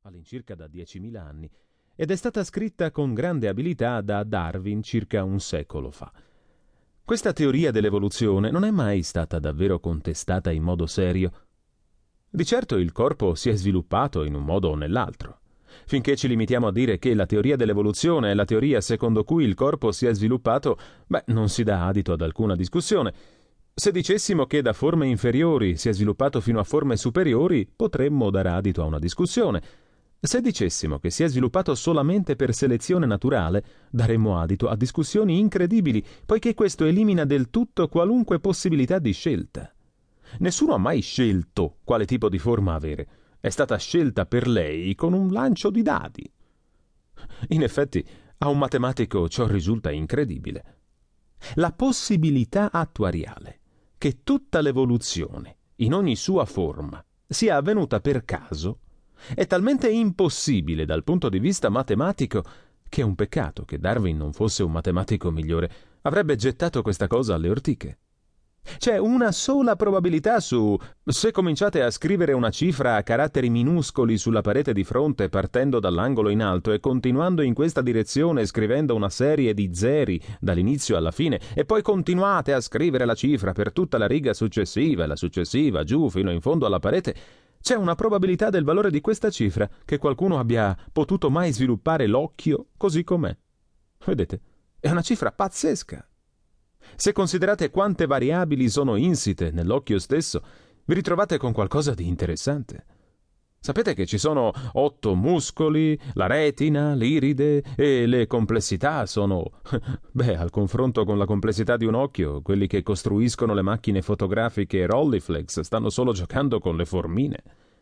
all'incirca da 10.000 anni, ed è stata scritta con grande abilità da Darwin circa un secolo fa. Questa teoria dell'evoluzione non è mai stata davvero contestata in modo serio. Di certo il corpo si è sviluppato in un modo o nell'altro. Finché ci limitiamo a dire che la teoria dell'evoluzione è la teoria secondo cui il corpo si è sviluppato, non si dà adito ad alcuna discussione. Se dicessimo che da forme inferiori si è sviluppato fino a forme superiori, potremmo dar adito a una discussione. Se dicessimo che si è sviluppato solamente per selezione naturale, daremmo adito a discussioni incredibili, poiché questo elimina del tutto qualunque possibilità di scelta. Nessuno ha mai scelto quale tipo di forma avere. È stata scelta per lei con un lancio di dadi. In effetti, a un matematico ciò risulta incredibile. La possibilità attuariale che tutta l'evoluzione, in ogni sua forma, sia avvenuta per caso, è talmente impossibile dal punto di vista matematico che è un peccato che Darwin non fosse un matematico migliore. Avrebbe gettato questa cosa alle ortiche. C'è una sola probabilità su... Se cominciate a scrivere una cifra a caratteri minuscoli sulla parete di fronte partendo dall'angolo in alto e continuando in questa direzione scrivendo una serie di zeri dall'inizio alla fine e poi continuate a scrivere la cifra per tutta la riga successiva e la successiva giù fino in fondo alla parete, c'è una probabilità del valore di questa cifra che qualcuno abbia potuto mai sviluppare l'occhio così com'è. Vedete? È una cifra pazzesca. Se considerate quante variabili sono insite nell'occhio stesso, vi ritrovate con qualcosa di interessante. Sapete che ci sono 8 muscoli, la retina, l'iride, e le complessità sono... al confronto con la complessità di un occhio, quelli che costruiscono le macchine fotografiche Rolleiflex stanno solo giocando con le formine.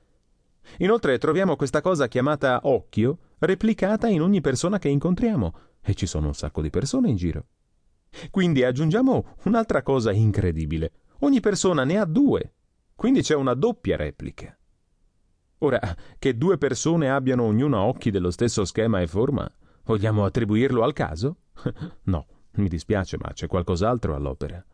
Inoltre troviamo questa cosa chiamata occhio replicata in ogni persona che incontriamo, e ci sono un sacco di persone in giro. Quindi aggiungiamo un'altra cosa incredibile. Ogni persona ne ha 2, quindi c'è una doppia replica. Ora, che 2 persone abbiano ognuna occhi dello stesso schema e forma, vogliamo attribuirlo al caso? No, mi dispiace, ma c'è qualcos'altro all'opera.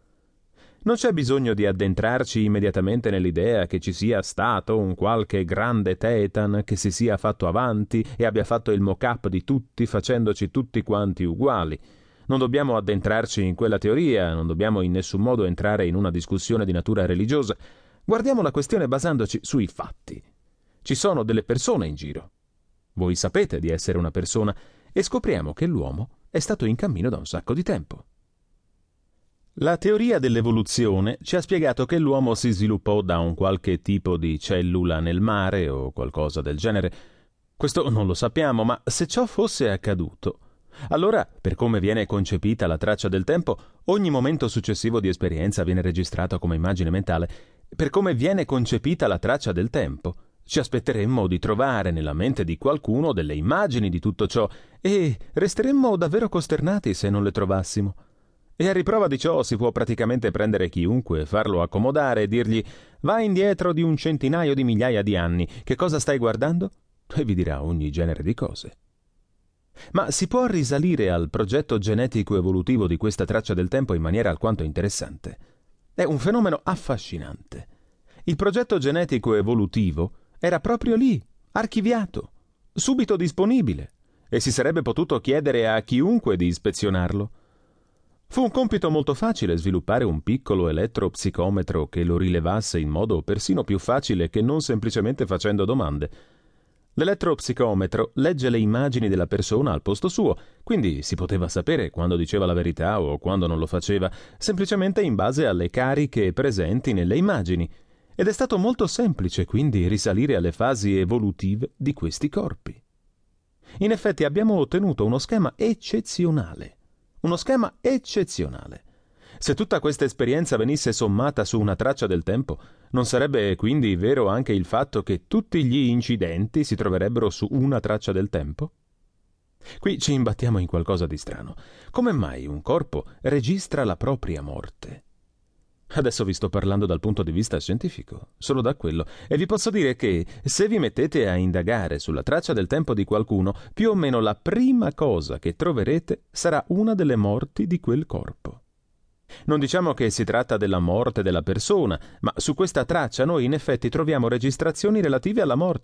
Non c'è bisogno di addentrarci immediatamente nell'idea che ci sia stato un qualche grande Tetan che si sia fatto avanti e abbia fatto il mock-up di tutti facendoci tutti quanti uguali. Non dobbiamo addentrarci in quella teoria, non dobbiamo in nessun modo entrare in una discussione di natura religiosa. Guardiamo la questione basandoci sui fatti. Ci sono delle persone in giro. Voi sapete di essere una persona e scopriamo che l'uomo è stato in cammino da un sacco di tempo. La teoria dell'evoluzione ci ha spiegato che l'uomo si sviluppò da un qualche tipo di cellula nel mare o qualcosa del genere. Questo non lo sappiamo, ma se ciò fosse accaduto, allora, per come viene concepita la traccia del tempo, ogni momento successivo di esperienza viene registrato come immagine mentale. Per come viene concepita la traccia del tempo, ci aspetteremmo di trovare nella mente di qualcuno delle immagini di tutto ciò e resteremmo davvero costernati se non le trovassimo. E a riprova di ciò si può praticamente prendere chiunque, farlo accomodare e dirgli «Vai indietro di un centinaio di migliaia di anni, che cosa stai guardando?» E vi dirà ogni genere di cose. Ma si può risalire al progetto genetico evolutivo di questa traccia del tempo in maniera alquanto interessante. È un fenomeno affascinante. Il progetto genetico evolutivo era proprio lì, archiviato, subito disponibile, e si sarebbe potuto chiedere a chiunque di ispezionarlo. Fu un compito molto facile sviluppare un piccolo elettropsicometro che lo rilevasse in modo persino più facile che non semplicemente facendo domande. L'elettropsicometro legge le immagini della persona al posto suo, quindi si poteva sapere quando diceva la verità o quando non lo faceva, semplicemente in base alle cariche presenti nelle immagini. Ed è stato molto semplice, quindi, risalire alle fasi evolutive di questi corpi. In effetti abbiamo ottenuto uno schema eccezionale. Uno schema eccezionale. Se tutta questa esperienza venisse sommata su una traccia del tempo, non sarebbe quindi vero anche il fatto che tutti gli incidenti si troverebbero su una traccia del tempo? Qui ci imbattiamo in qualcosa di strano. Come mai un corpo registra la propria morte? Adesso vi sto parlando dal punto di vista scientifico, solo da quello, e vi posso dire che se vi mettete a indagare sulla traccia del tempo di qualcuno, più o meno la prima cosa che troverete sarà una delle morti di quel corpo. Non diciamo che si tratta della morte della persona, ma su questa traccia noi in effetti troviamo registrazioni relative alla morte.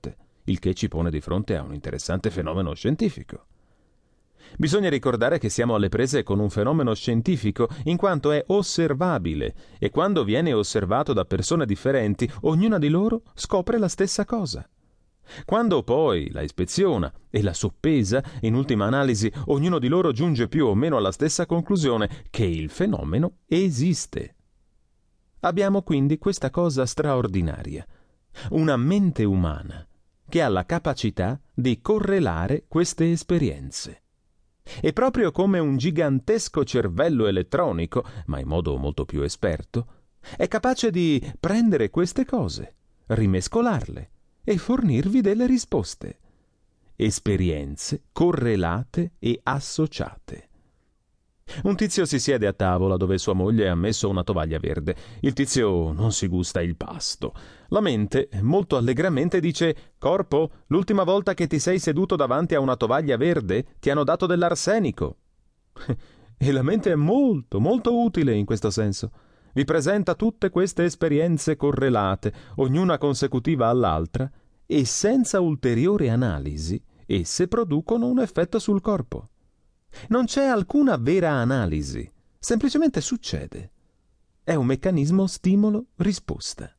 il che ci pone di fronte a un interessante fenomeno scientifico. Bisogna ricordare che siamo alle prese con un fenomeno scientifico in quanto è osservabile e quando viene osservato da persone differenti, ognuna di loro scopre la stessa cosa. Quando poi la ispeziona e la soppesa, in ultima analisi, ognuno di loro giunge più o meno alla stessa conclusione, che il fenomeno esiste. Abbiamo quindi questa cosa straordinaria, una mente umana che ha la capacità di correlare queste esperienze. E proprio come un gigantesco cervello elettronico, ma in modo molto più esperto, è capace di prendere queste cose, rimescolarle e fornirvi delle risposte. Esperienze correlate e associate. Un tizio si siede a tavola dove sua moglie ha messo una tovaglia verde. Il tizio non si gusta il pasto. La mente, molto allegramente, dice: «Corpo, l'ultima volta che ti sei seduto davanti a una tovaglia verde ti hanno dato dell'arsenico». E la mente è molto, molto utile in questo senso. Vi presenta tutte queste esperienze correlate, ognuna consecutiva all'altra, e senza ulteriore analisi esse producono un effetto sul corpo. Non c'è alcuna vera analisi, semplicemente succede. È un meccanismo stimolo-risposta.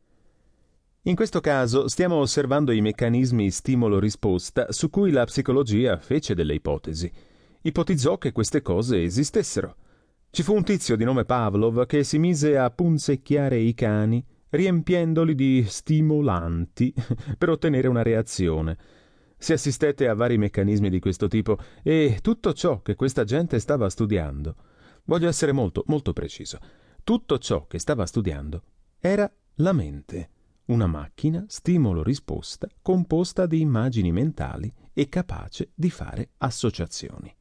In questo caso stiamo osservando i meccanismi stimolo-risposta su cui la psicologia fece delle ipotesi. Ipotizzò che queste cose esistessero. Ci fu un tizio di nome Pavlov che si mise a punzecchiare i cani, riempiendoli di stimolanti per ottenere una reazione. Si assistette a vari meccanismi di questo tipo e tutto ciò che questa gente stava studiando, voglio essere molto, molto preciso, tutto ciò che stava studiando era la mente, una macchina stimolo-risposta composta di immagini mentali e capace di fare associazioni.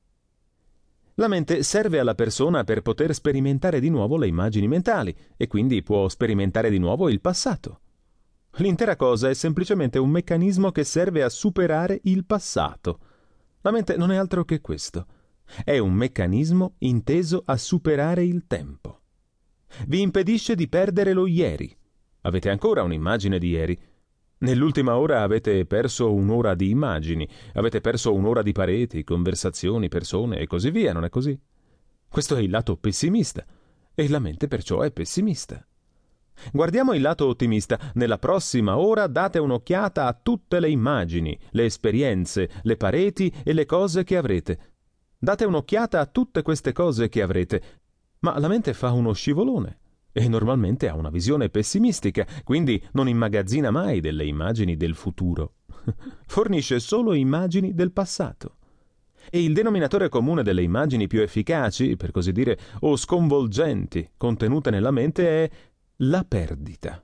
La mente serve alla persona per poter sperimentare di nuovo le immagini mentali e quindi può sperimentare di nuovo il passato. L'intera cosa è semplicemente un meccanismo che serve a superare il passato. La mente non è altro che questo. È un meccanismo inteso a superare il tempo. Vi impedisce di perdere lo ieri. Avete ancora un'immagine di ieri. Nell'ultima ora avete perso un'ora di immagini, avete perso un'ora di pareti, conversazioni, persone e così via, non è così? Questo è il lato pessimista e la mente perciò è pessimista. Guardiamo il lato ottimista. Nella prossima ora date un'occhiata a tutte le immagini, le esperienze, le pareti e le cose che avrete. Date un'occhiata a tutte queste cose che avrete. Ma la mente fa uno scivolone e normalmente ha una visione pessimistica, quindi non immagazzina mai delle immagini del futuro. Fornisce solo immagini del passato. E il denominatore comune delle immagini più efficaci, per così dire, o sconvolgenti, contenute nella mente è la perdita.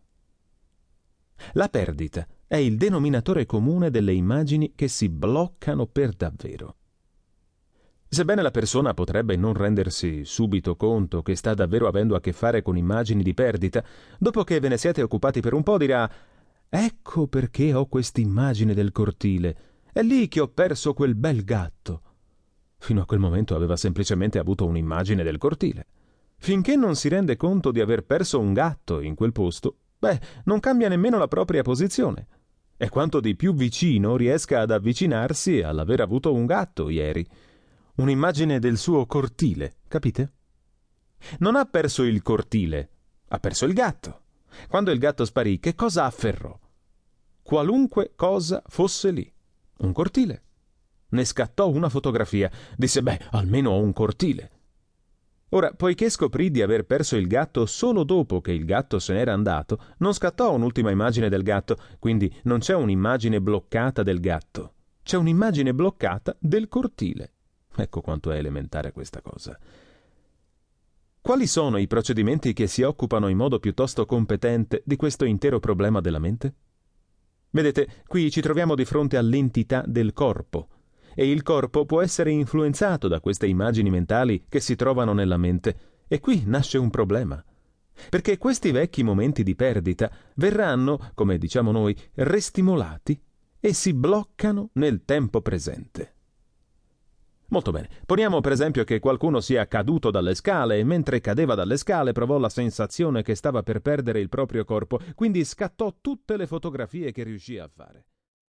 La perdita è il denominatore comune delle immagini che si bloccano per davvero. Sebbene la persona potrebbe non rendersi subito conto che sta davvero avendo a che fare con immagini di perdita, dopo che ve ne siete occupati per un po' dirà: «Ecco perché ho quest'immagine del cortile. È lì che ho perso quel bel gatto». Fino a quel momento aveva semplicemente avuto un'immagine del cortile. Finché non si rende conto di aver perso un gatto in quel posto, non cambia nemmeno la propria posizione. E quanto di più vicino riesca ad avvicinarsi all'aver avuto un gatto ieri. Un'immagine del suo cortile, capite? Non ha perso il cortile, ha perso il gatto. Quando il gatto sparì, che cosa afferrò? Qualunque cosa fosse lì. Un cortile. Ne scattò una fotografia. Disse: almeno ho un cortile. Ora, poiché scoprì di aver perso il gatto solo dopo che il gatto se n'era andato, non scattò un'ultima immagine del gatto, quindi non c'è un'immagine bloccata del gatto. C'è un'immagine bloccata del cortile. Ecco quanto è elementare questa cosa. Quali sono i procedimenti che si occupano in modo piuttosto competente di questo intero problema della mente? Vedete, qui ci troviamo di fronte all'entità del corpo, e il corpo può essere influenzato da queste immagini mentali che si trovano nella mente, e qui nasce un problema. Perché questi vecchi momenti di perdita verranno, come diciamo noi, restimolati e si bloccano nel tempo presente. Molto bene, poniamo per esempio che qualcuno sia caduto dalle scale e mentre cadeva dalle scale provò la sensazione che stava per perdere il proprio corpo, quindi scattò tutte le fotografie che riuscì a fare.